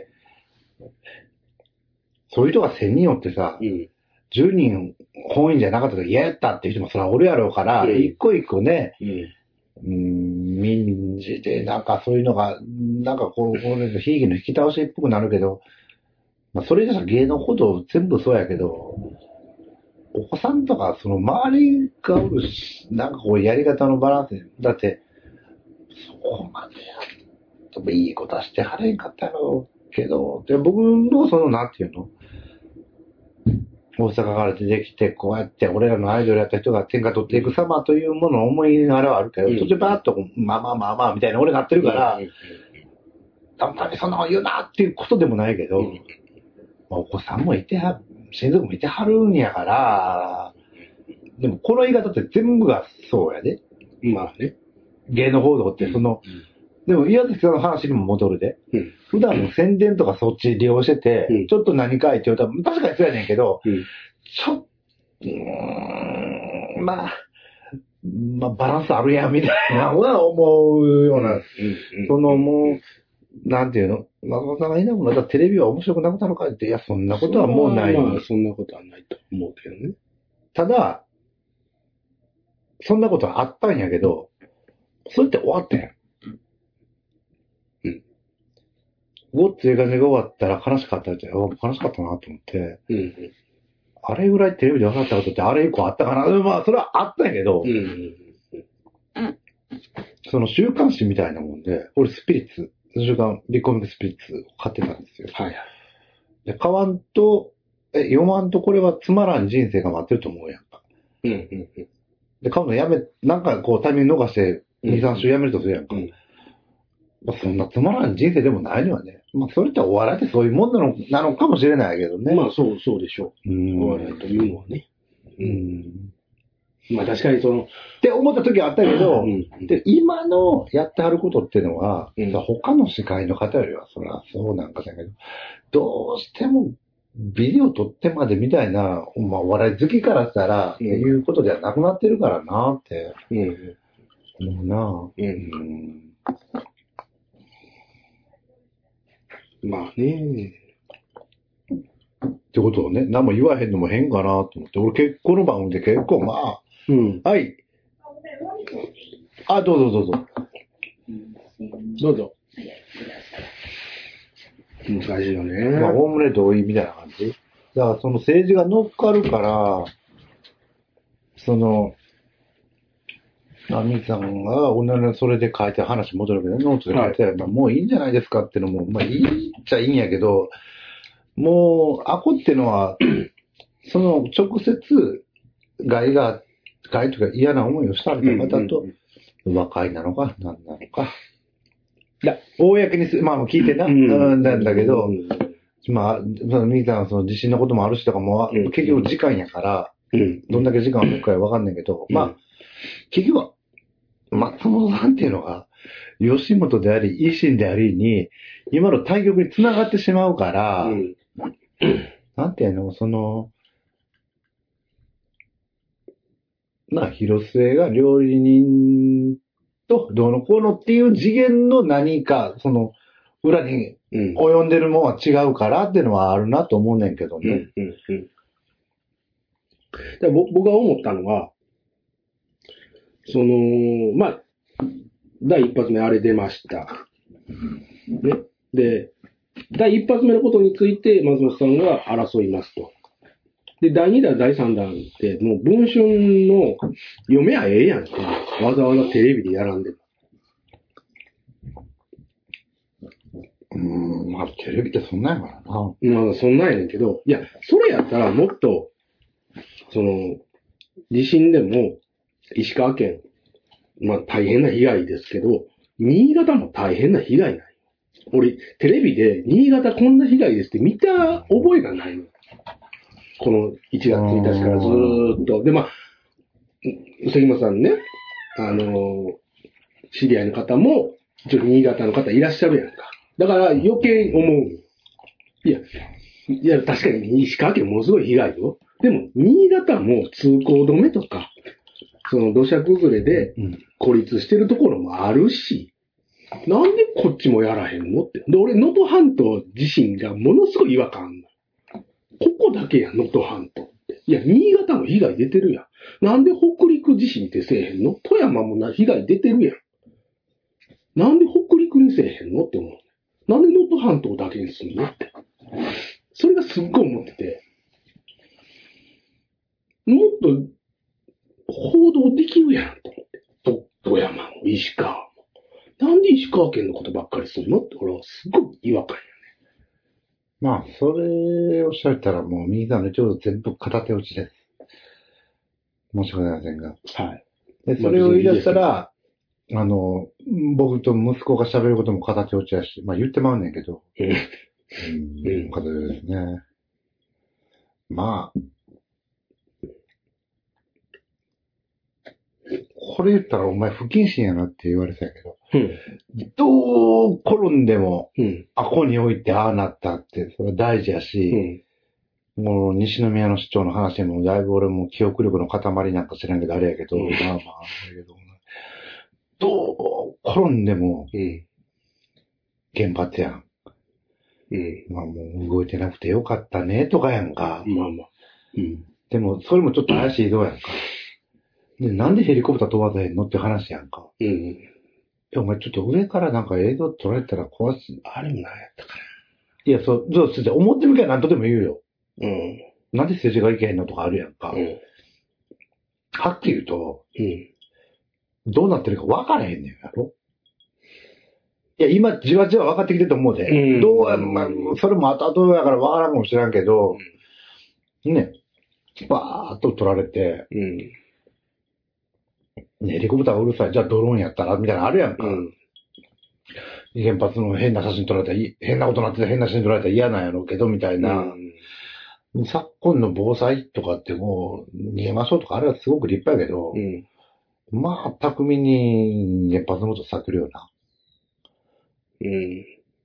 そういう人がせんにんおってさ、うん、じゅうにん本員じゃなかったら嫌やったっていう人もそれはおるやろうから、うん、一個一個ね、うんうん、民事で、なんかそういうのが、なんかこう、これ、悲劇の引き倒しっぽくなるけど、まあそれじゃ芸能ほど全部そうやけど、お子さんとか、その周りがおるし、なんかこうやり方のバランス、だって、そこまでやっといい子出してはれんかったやろうけど、で僕のその、なんていうの大阪から出てきて、こうやって俺らのアイドルやった人が天下取っていく様というものを思いながらはあるけど、うん、途中バーッと、まあまあまあまあ、みたいな俺なってるから、うん、たまにそんなこと言うなっていうことでもないけど、うん、まあ、お子さんもいては、親族もいてはるんやから、でもこの言い方って全部がそうやで。 まあね。 芸能報道ってその、うん、でも岩崎さんの話にも戻るで。うん、普段の宣伝とかそっち利用してて、うん、ちょっと何かいって言うと、確かにそうやねんけど、うん、ちょっと、うーん、まあ、まあバランスあるやんみたいなのは思うような、うんうん、そのもう、なんていうの松本さんがいなくなったらテレビは面白くなくなるかって、いや、そんなことはもうない。 まあ、そんなことはないと思うけどね。 ただ、そんなことはあったんやけど、それって終わったやん。うん。ごっつええ感じが終わったら悲しかったって、悲しかったなと思って、うんうん、あれぐらいテレビで分かったことってあれ以降あったかな。まあ、それはあったんやけど、うんうんうん、その週刊誌みたいなもんで、俺スピリッツ、週刊ビッグコミックスピリッツを買ってたんですよ。はいはい。で、買わんと、え、読まんとこれはつまらん人生が待ってると思うやんか。うんうんうん。で、買うのやめ、なんかこうタイミング逃してに、さん週やめるとするやんか。うん、まあ、そんなつまらん人生でもないのはね。まあ、それってお笑いってそういうもんなの、なのかもしれないけどね。 まあ、そう、そうでしょう。うん、お笑いというのはね。うん。まあ、確かにその、 って思った時はあったけど、うんうん、で今のやってはることっていうのは、うん、他の司会の方よりは、そりゃそうなんかだけど、どうしてもビデオ撮ってまでみたいな、まあ、お笑い好きからしたら、っていうことではなくなってるからなって、思うな、うんうん、 まあね。 ってことをね、何も言わへんのも変かなと思って、俺結構の番組で結構まあ、うん、はい。あ、どうぞどうぞ。 どうぞ。難しいよね。 まあ、おおむね同意みたいな感じ。だからその政治が乗っかるから、その、あみさんが、おならそれで書いて話戻るけど、ノートで書いてあれば、はい、もういいんじゃないですかってのも、まあいいっちゃいいんやけど、もう、アコってのは、その直接、害が、害というか嫌な思いをされた方と、和解なのか、何なのか。だ、公にする、まあ聞いてな、うん、なんだけど、うん、まあ、みーさんはその地震のこともあるしとかも、うん、結局時間やから、うん、どんだけ時間あるかわかんないけど、うん、まあ、結局は、松本さんっていうのが、吉本であり、維新でありに、今の対局に繋がってしまうから、うん、なんていうの、その、まあ、広末が料理人とどうのこうのっていう次元の何か、その、裏に及んでるものは違うからっていうのはあるなと思うねんけどね。うんうんうん、 で僕が思ったのは、その、まあ、第一発目あれ出ました。ね。で、第一発目のことについて松本さんが争いますと。で、だいにだん、だいさんだんって、もう文春の読めやええやんって。わざわざテレビでやらんで。 うーん、まあ、テレビってそんなんやからな。 まあ、そんなんやねんけど、いや、それやったらもっと、 その、地震でも、石川県、まあ大変な被害ですけど、新潟も大変な被害ない。俺、テレビで、新潟こんな被害ですって見た覚えがないの。このいちがつついたちからずーっと。で、まあ、関本さんね、あのー、知り合いの方も、ちょっと新潟の方いらっしゃるやんか。だから余計思う。いや、いや、確かに石川県ものすごい被害よ。でも、新潟も通行止めとか、その土砂崩れで孤立してるところもあるし、なんでこっちもやらへんのって。で、俺、能登半島自身がものすごい違和感あんの。ここだけやん、能登半島って。いや、新潟も被害出てるやん。なんで北陸地震ってせえへんの？富山もな、被害出てるやん。なんで北陸にせえへんのって思う。なんで能登半島だけにすんのって。それがすっごい思ってて。もっと報道できるやんと思って。と富山も石川も。なんで石川県のことばっかりすんのって俺はすっごい違和感やね。 まあ、それをおっしゃったらもう右さんのちょうど全部片手落ちです。申し訳ございませんが。 はい。 で、それを言い出したら、あの、僕と息子が喋ることも片手落ちやし、まあ言ってまうねんけど。 うん。 うん。片手ですね。まあ、これ言ったらお前不謹慎やなって言われたんやけど、 うん、 どう転んでも、 うん、 あこに置いてああなったって、それは大事やし、うん、もう西宮の市長の話もだいぶ俺も記憶力の塊なんか知らんけどあれやけど、うん、まあまあ、あれけど、どう転んでも、原発やん。うん、まあもう動いてなくてよかったねとかやんか。まあまあ。うん、でもそれもちょっと怪しいどうやんか。で、なんでヘリコプター飛ばせへんのって話やんか。うん。いや、お前ちょっと上からなんか映像撮られたら怖し、あれもなんやったかな。いや、そう、そう、そう、思ってみりゃ何とでも言うよ。うん。なんで政治がいけへんのとかあるやんか。うん。はっきり言うと、うん。どうなってるか分からへんねんやろ。いや、今、じわじわ分かってきてると思うで。うん。どうや、まあ、それも後々やから分からんかもしれんけど、うん、ね、バーっと撮られて、うん。ヘリコプターうるさい。じゃあドローンやったらみたいなのあるやんか。うん。原発の変な写真撮られたら、変なことなって変な写真撮られたら嫌なんやろうけど、みたいな。うん、昨今の防災とかってもう、逃げましょうとか、あれはすごく立派やけど、うん、まあ、巧みに原発のこと避けるよな。うん。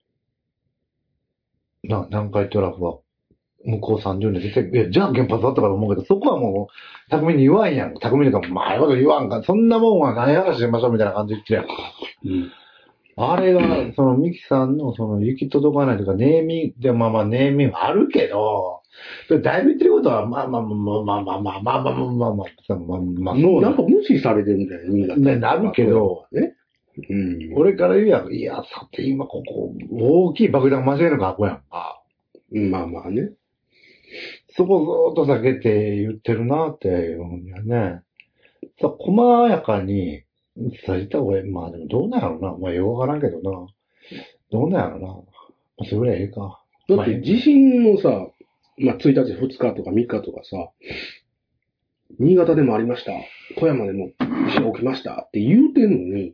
な、南海トラフは、向こうさんじゅうねん絶対、いや、じゃあ原発だったから思うけど、そこはもう、巧みに言わんやん。巧みにか、まあ、こと言わんか。そんなもんは何話しましょうみたいな感じで言ってるやんか。うん。あれが、その、ミキさんの、その、行き届かないというか、ネーミング、で、まあまあ、ネーミングあるけど、だいぶ言ってることは、まあまあまあまあまあまあまあまあまあまあまあまあ、まあまあ、そう。なんか無視されてるみたいな意味だね、なるけど、えうん。俺から言うやん、いや、さて今ここ、大きい爆弾間違えるのか、ここやんか。まあまあね。そこずーっと避けて言ってるなって思うんだよね。さ、細やかに、伝えた方がいい。まあでもどうなんやろな。まあよくわからんけどな。どうなんやろな。まあそれぐらいええか。だって地震のさ、まあついたちふつかとかみっかとかさ、新潟でもありました。富山でも地震起きましたって言うてんのに、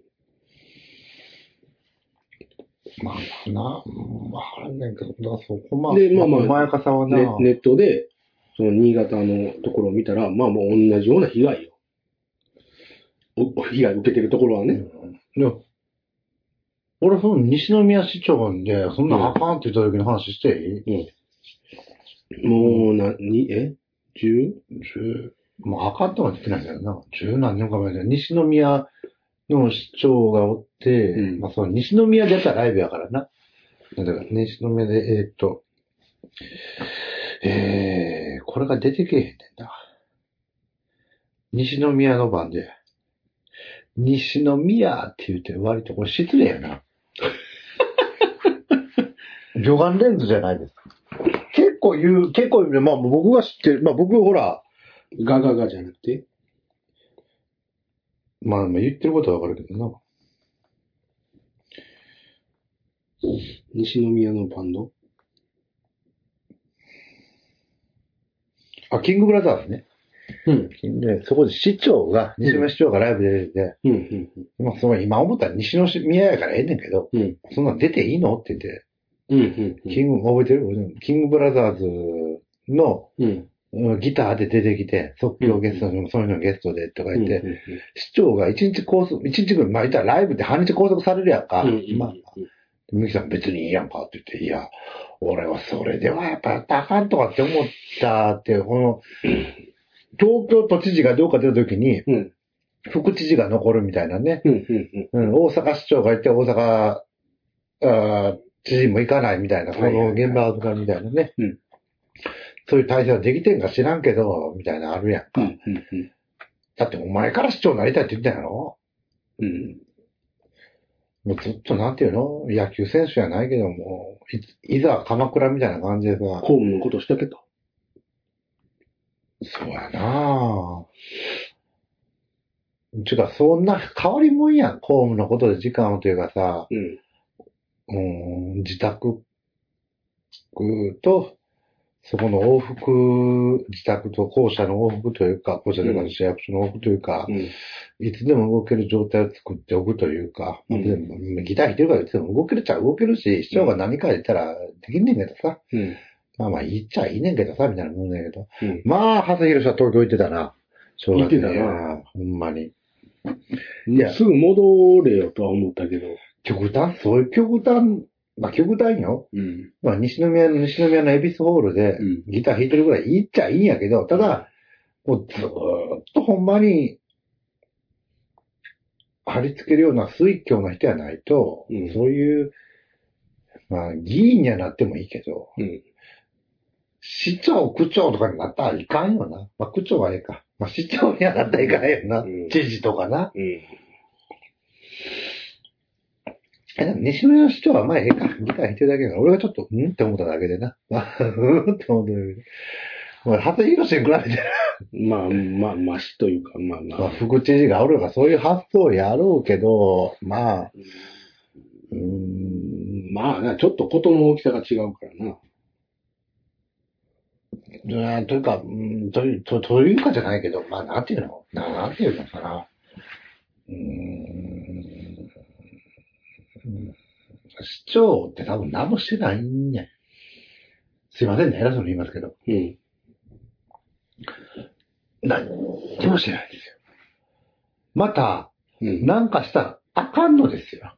まあな、わからんねんけど、そこまあ、で、まあまあ、細やかさはな、ね、ネットで、その新潟のところを見たら、まあもう同じような被害よ。被害受けてるところはね。うん、いや、俺その西宮市長で、そんなあかんって言った時の話していい、うん、もう、な、に、え十十、もうあかんとは言ってないんだよな。十何年か前で、西宮の市長がおって、うん、まあその西宮でやったらライブやからな。だから西宮で、えー、っと、えー、これが出てけえへんねんな。西宮の番で、西宮って言って割とこれ失礼やな。魚眼レンズじゃないですか。結構言う、結構言う、まあ僕が知ってる、まあ僕ほら、ガガガじゃなくて。まあ言ってることはわかるけどな。西宮のバンドあ、キングブラザーズね。 うん。 で、そこで市長が、西宮市長がライブで出てて、 うん。うん。 まあ、その今思ったら西宮やからええねんけど、 うん。 そんなん出ていいのって言って、 うん。うん。 キング、覚えてるキングブラザーズの、 うん。 ギターで出てきて、即興ゲストの、その人のゲストでとか言って、 うん。 市長が一日拘束、一日ぐらい、まあ言ったらライブって半日拘束されるやんか。 うん。 まあ、ミキさん別にいいやんかって言って、いや、俺はそれではやっぱやったらあかんとかって思ったって、この、東京都知事がどうか出た時に、 うん。 副知事が残るみたいなね。 うん。うん。 うん、大阪市長がいて、大阪、あ知事も行かないみたいな、この現場預かりみたいなね。 うん。 そういう体制はできてんか知らんけど、みたいなのあるやんか。 うん。うん。 だってお前から市長になりたいって言ったんやろ？ うん。 もうずっとなんていうの？野球選手じゃないけども、い、いざ鎌倉みたいな感じでさ。 公務のことしたけど。 そうやなぁ。ちゅうか、そんな変わりもんやん。公務のことで時間をというかさ、 うん。 うん、自宅と、そこの往復、自宅と校舎の往復というか、校舎というか市役所の往復というか、 うん、 いつでも動ける状態を作っておくというか、 うんまあ、ギター弾いてるからいつでも動けるっちゃ動けるし、市長が何か言ったらできんねんけどさ、 うん、 まあまあいいっちゃいいねんけどさ、みたいなもんだけど、 うん、 まあ、長谷博は東京行ってたな。正月に。 行ってたな。 ほんまに。 いや、すぐ戻れよとは思ったけど。 極端、そういう極端、まあ極端よ。 うん。 まあ西宮の、西宮の恵比寿ホールでギター弾いてるぐらいいいっちゃいいんやけど、ただ、もうずーっとほんまに、貼り付けるような水教な人やないと、 うん、 そういう、まあ議員にはなってもいいけど、 うん、 市長、区長とかになったらいかんよな。まあ区長はええか。まあ市長にはなったらいかんよな。 うん、 知事とかな。 うん。 え、でも西村の市長はまあええか。ギター弾いてるだけだから、俺がちょっと、んって思っただけでな。まあ、うんって思っただけで。まあ、初広に比べて、 まあ、まあ、ましというか、まあまあ。 まあ、副知事がおるからそういう発想をやろうけど、まあ、うーん、 まあな、ちょっとことの大きさが違うからな。 うんというか、うんという、と、というかじゃないけど、まあ、なんていうのなんていうのかな。うーん、市長って多分何もしてないんや。すいませんね、偉そうに言いますけど。 うん。 何にもしてないんですよ。また、 うん。 なんかしたらあかんのですよ。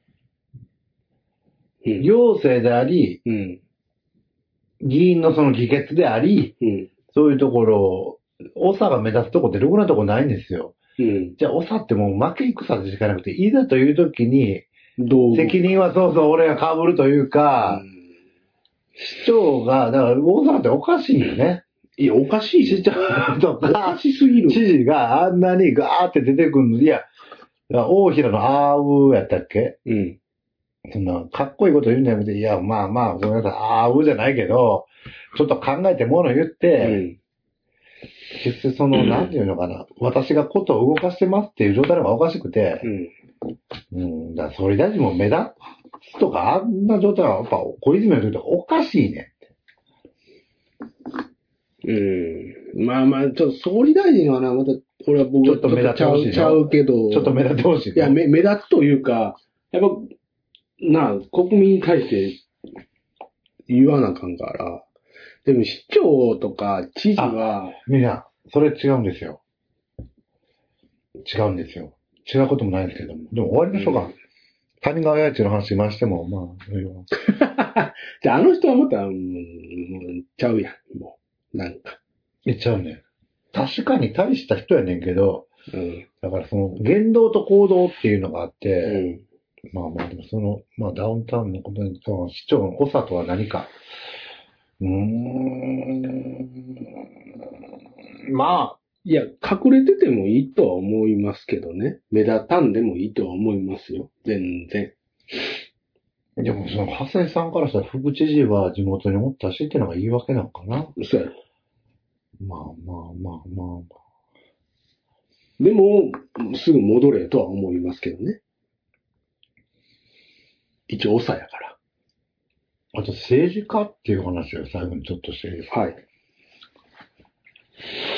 うん。 行政であり、 うん。 議員のその議決であり、 うん。 そういうところ、長が目立つとこってろくなとこないんですよ。 うん。 じゃあ、長ってもう負け戦でしかなくて、いざという時に、 どう責任はそうそう俺が被るというか、 うん、 市長が、だから大阪っておかしいよね。 いや、おかしい市長とおかか、 しすぎる。 知事があんなにガーって出てくるの、いや、大平のあーうやったっけ？ うん。 そんな、かっこいいこと言うんじゃなくて、いや、まあまあ、ごめんなさい、あーうじゃないけど、ちょっと考えてもの言って、 うん決してその、うん、なんていうのかな、私がことを動かしてますっていう状態の方がおかしくて、うん。うん、だから総理大臣も目立つとか、あんな状態はやっぱ小泉の時とかおかしいねって。うん。まあまあ、ちょっと総理大臣はな、また、俺は僕ちょっと目立ってほしい。 ちゃうけど。 ちょっと目立ってほしい。 いや、目、目立つというか、やっぱ、なあ、国民に対して言わなあかんから。でも市長とか知事は。 みんな、それ違うんですよ。違うんですよ。違うこともないんですけども。でも終わりましょうか。うん、谷川八一の話今しても、まあ。じゃあ、あの人はまた、うん、ちゃうやん。もう、なんか。 え、ちゃうね。確かに大した人やねんけど、 うん、 だからその、言動と行動っていうのがあって、 うん、 まあまあ、でもその、まあダウンタウンのことに、その市長の長とは何か。うーん。まあ。 いや、隠れててもいいとは思いますけどね。目立たんでもいいとは思いますよ。全然。 でもその、長谷さんからしたら副知事は地元におったしっていうのが言い訳なのかな。 そうやろ。 まあまあまあまあまあ。 でも、すぐ戻れとは思いますけどね。一応、長やから。 あと政治家っていう話を最後にちょっとしていいですか？ はい。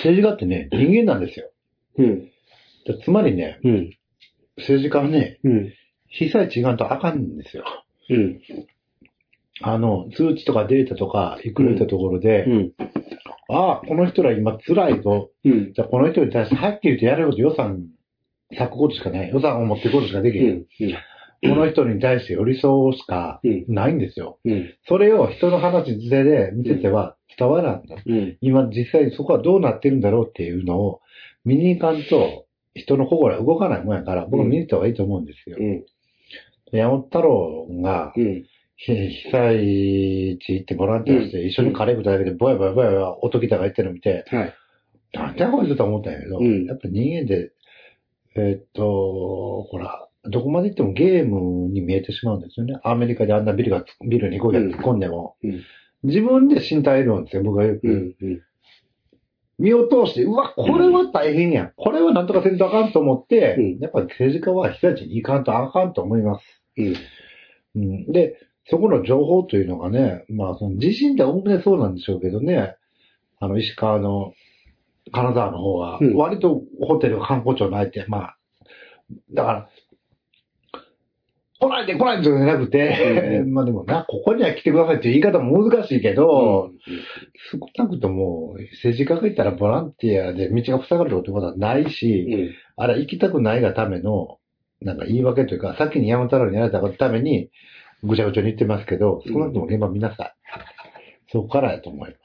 政治家ってね、人間なんですよ。 うん。 つまりね、 うん。 政治家はね、 うん。 被災地がんとあかんんですよ。 うん。 あの、通知とかデータとか、いくらいたところで、 うん。 ああ、この人ら今辛いぞ。 うん。 じゃあこの人に対してはっきり言ってやれること予算割くことしかない。予算を持っていくことしかできない。 うん。うん。 この人に対して寄り添うしかないんですよ。 うん。 それを人の話図で見てては伝わらんの。 うん。 今実際そこはどうなってるんだろうっていうのを見に行かんと人の心は動かないもんやから、僕見に行った方がいいと思うんですよ。 うん。 山本太郎が、 うん。 被災地行ってボランティアして一緒にカレー食っただけでぼやぼやぼやぼや音ギターが言ってるの見て、 はい。 なんだこいつと思ったんやけど、 うんやっぱ人間で、えーっと、ほら、どこまで行ってもゲームに見えてしまうんですよね。アメリカであんなビルがつ、ビルにゴリが突っ込んでも、 うん。 自分で身体論ですよ、僕はよく。 うん。うん。 身を通して、うわ、これは大変やん。これはなんとかせんとあかんと思って、 うんやっぱり政治家は被災地に行かんとあかんと思います。 うん。 うん、で、そこの情報というのがね、まあ、その地震っておおむねそうなんでしょうけどね、あの、石川の金沢の方は、割とホテル観光庁の相手、まあ、だから、来ないで来ないでじゃなくて、うん、まあでもな、ここには来てくださいっていう言い方も難しいけど、うん、少なくとも政治家が言ったらボランティアで道が塞がるってことはないし、うん、あれ行きたくないがための、なんか言い訳というか、先に山本太郎にやられたために、ぐちゃぐちゃに言ってますけど、少なくとも現場見なさい。そこからやと思います。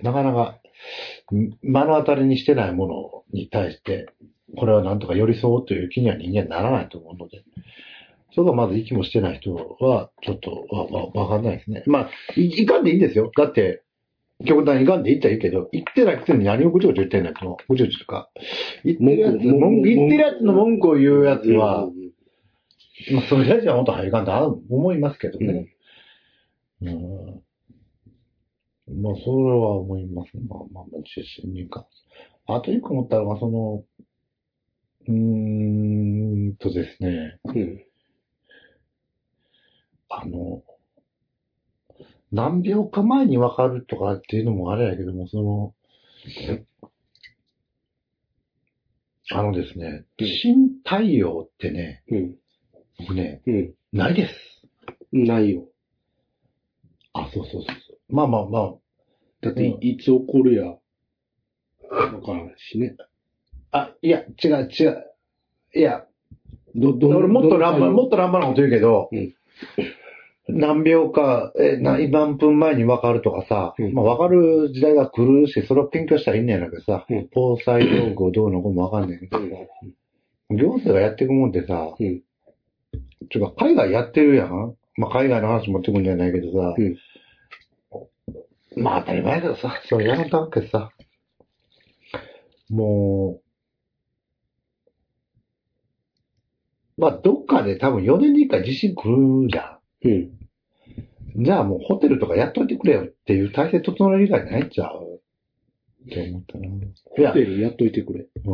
なかなか、目の当たりにしてないものに対して、これはなんとか寄り添おうという気には人間ならないと思うので、それがまず息もしてない人は、ちょっとわ、わ、わかんないですね。まあ、い、いかんでいいんですよ。だって、極端にいかんでいいっちゃいいけど、言ってないくせに何をぐちょぐちょ言ってんのよ。ぐちょぐちょとか。言ってるやつ、文句、言ってるやつの文句を言うやつは、まあ、それ大事は本当入りかんと思いますけどね。うん。うんまあ、それは思います。まあ、まあ、中心にか。あと一個思ったのが、その、うーんとですね。うん。あの、何秒か前に分かるとかっていうのもあれやけども、その、あのですね、地震対応ってね、うん、僕ね、うん、ないです。 ないよ。 あ、そうそうそうそう。まあまあまあ。 だって、いつ起こるや、わからんしね。 あ、いや、違う違う。いや、ど、ど、俺もっと乱暴、もっと乱暴なこと言うけど、うん、何秒か、え、何何分前に分かるとかさ、うん、まあ分かる時代が来るし、それを勉強したらいいんねやけどさ、うん、防災道具をどうのこうも分かんないけどさ、うん、行政がやっていくもんってさ、うん、ちょっと海外やってるやん。まあ海外の話持ってくるんじゃないけどさ、うんまあ当たり前だけどさ、それやらんたわけさ。もう、まあどっかで多分よねんにいっかい地震来るじゃん。うん。じゃあもうホテルとかやっといてくれよっていう体制整える以外ないんちゃうって思ったな。 ホテルやっといてくれ。 うん。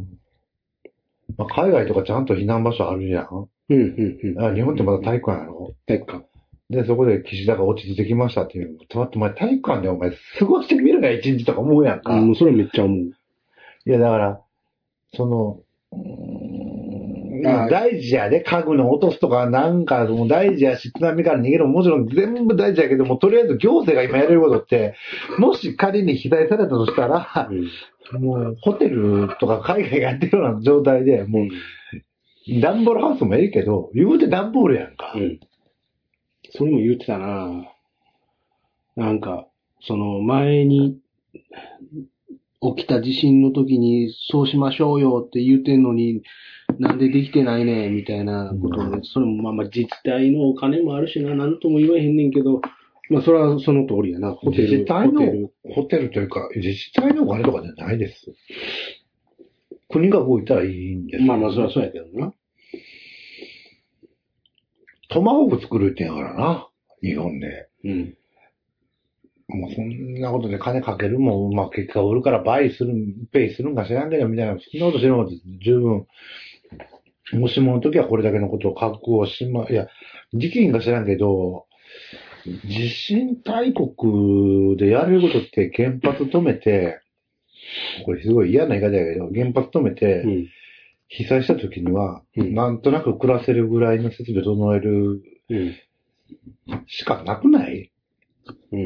まあ海外とかちゃんと避難場所あるじゃん。うんうんうん。あ日本ってまだ体育館やろ体育館。 で、そこで岸田が落ち着いてきましたっていう。ちょっとお前体育館でお前過ごしてみるが一日とか思うやんか。 うん、それめっちゃ思う。 いや、だから、その、うーん大事やで、家具の落とすとかなんかもう大事やし、津波から逃げるももちろん全部大事やけども、とりあえず行政が今やれることって、もし仮に被災されたとしたら、うん、もうホテルとか海外がやってるような状態で、もう、ダンボールハウスもええけど、言うてダンボールやんか。うんそれも言ってたななんか、その前に起きた地震の時にそうしましょうよって言ってんのになんでできてないねみたいなことで、それもまあまあ自治体のお金もあるしな、なんとも言わへんねんけど、まあそれはその通りやな。 ホテル。自治体の、ホテル、ホテルというか、自治体のお金とかじゃないです。国が動いたらいいんです。 まあまあそれはそうやけどな。 トマホーク作るってんやからな。日本で。うん。もうそんなことで金かけるもん、まあ結果売るから倍する、ペイするんか知らんけど、みたいな。そんなこと知らんこと十分。もしもの時はこれだけのことを覚悟しま、いや、時期が知らんけど、地震大国でやれることって原発止めて、 これすごい嫌な言い方だけど、原発止めて、 うん、 被災した時には、 うん、 なんとなく暮らせるぐらいの設備を整えるうん、 しかなくない？ うん。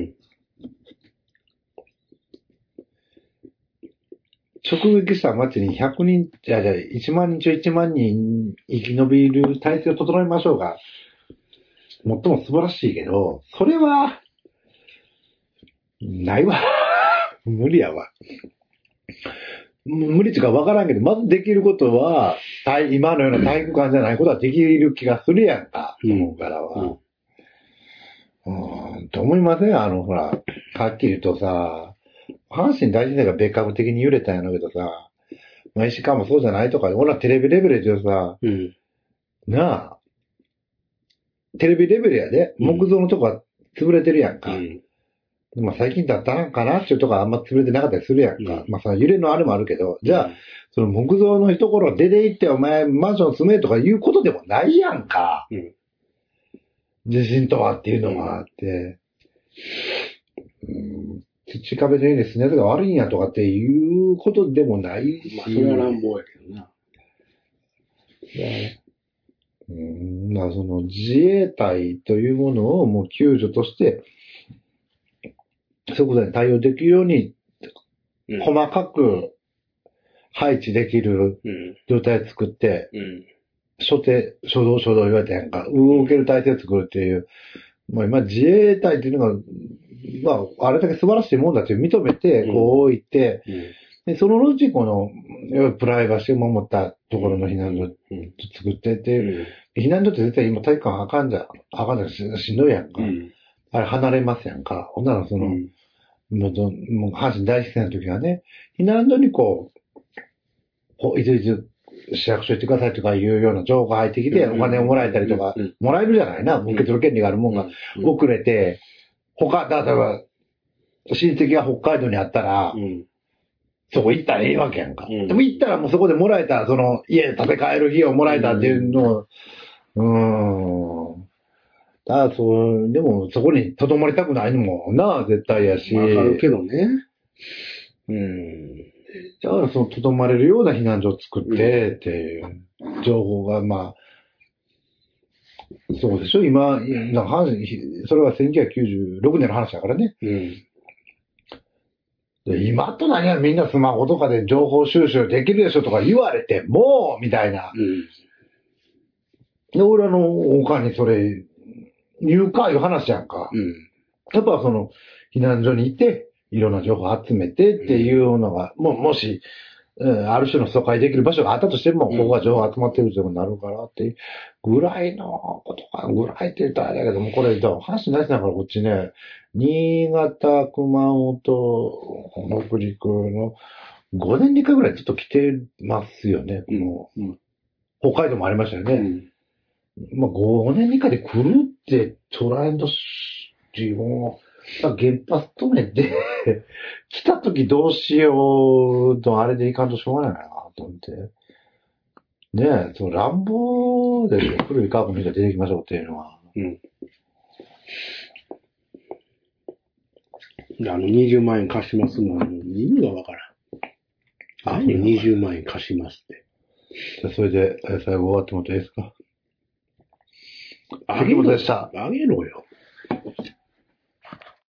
直撃した街にひゃくにん、じゃじゃいちまん人中いちまん人生き延びる体制を整えましょうが、最も素晴らしいけど、それは、ないわ。無理やわ。無理っていうか分からんけど、まずできることは、今のような体育館じゃないことはできる気がするやんか、と思うからは。うん、うん、と思いません？あの、ほら、はっきり言うとさ、阪神大震災が別格的に揺れたんやろうけどさ、まあ、石川もそうじゃないとか、俺はテレビレベルで言うとさ、 うん、 なあ、テレビレベルやで、木造のとこは潰れてるやんか。うん、まあ最近だったんかなっていうとこはあんま潰れてなかったりするやんか。うん、まあその揺れのあれもあるけど、じゃあ、その木造のところ出て行ってお前マンション住めとかいうことでもないやんか。うん、地震とはっていうのがあって、うん、土壁の家に住むやつが悪いんやとかっていうことでもないし。 まあそれは乱暴やけどな。 うん、まあその自衛隊というものをもう救助として、即座に対応できるように、細かく配置できる状態を作って、うん、初手、初動、初動言われたやんか、動ける体制を作るっていう、まあ今自衛隊っていうのが、まああれだけ素晴らしいもんだって認めて、こう置いて、うんうん、でそのうちこの、プライバシーを守ったところの避難所作ってって、うん、避難所って絶対今体育館あかんじゃん、あかんじゃん、し, しんどいやんか、うん。あれ離れますやんか。ほんならその、うん、もう、もう阪神大震災の時はね、避難所にこう、こう、いついつ市役所行ってくださいとかいうような情報が入ってきて、お金をもらえたりとか、もらえるじゃないな、受け取る権利があるもんが遅れて、他、例えば、親戚が北海道にあったら、うん、そこ行ったらええわけやんか。うん、でも行ったらもうそこでもらえた、その、家建て替える費用もらえたっていうのを、うーん。ただ、そう、でもそこに留まりたくないのもな、絶対やし。 わかるけどね。 うん。だからその留まれるような避難所を作ってっていう情報が、まあ、そうでしょ今、なんか話、それはせんきゅうひゃくきゅうじゅうろくねんの話だからね。うん。で今と何はみんなスマホとかで情報収集できるでしょとか言われても、みたいな。うん。で、俺あの、おかんにそれ、言うかいう話やんか。うん。やっぱその、避難所にいて、いろんな情報集めてっていうのが、うん、ももし、うん、ある種の疎開できる場所があったとしても、うん、ここが情報集まってるってことになるからっていうぐらいのことか、ぐらいって言ったらあれだけども、これ、話なしだからこっちね、新潟、熊本、北陸のごねんにいっかいぐらいずっと来てますよね。もう、うん、北海道もありましたよね。うん、まあごねんにいっかいで来るってトライアンド自分を原発止めて来た時どうしようとあれでいかんとしょうがないなと思って。ねえ、その乱暴でしょ。古いカーブの人が出てきましょうっていうのは。うん。 あのにじゅうまんえん貸しますのは意味がわからん。あのにじゅうまんえん貸しますって。 じゃあそれで最後終わってもらっていいですか？ あげろでした。あげろよ。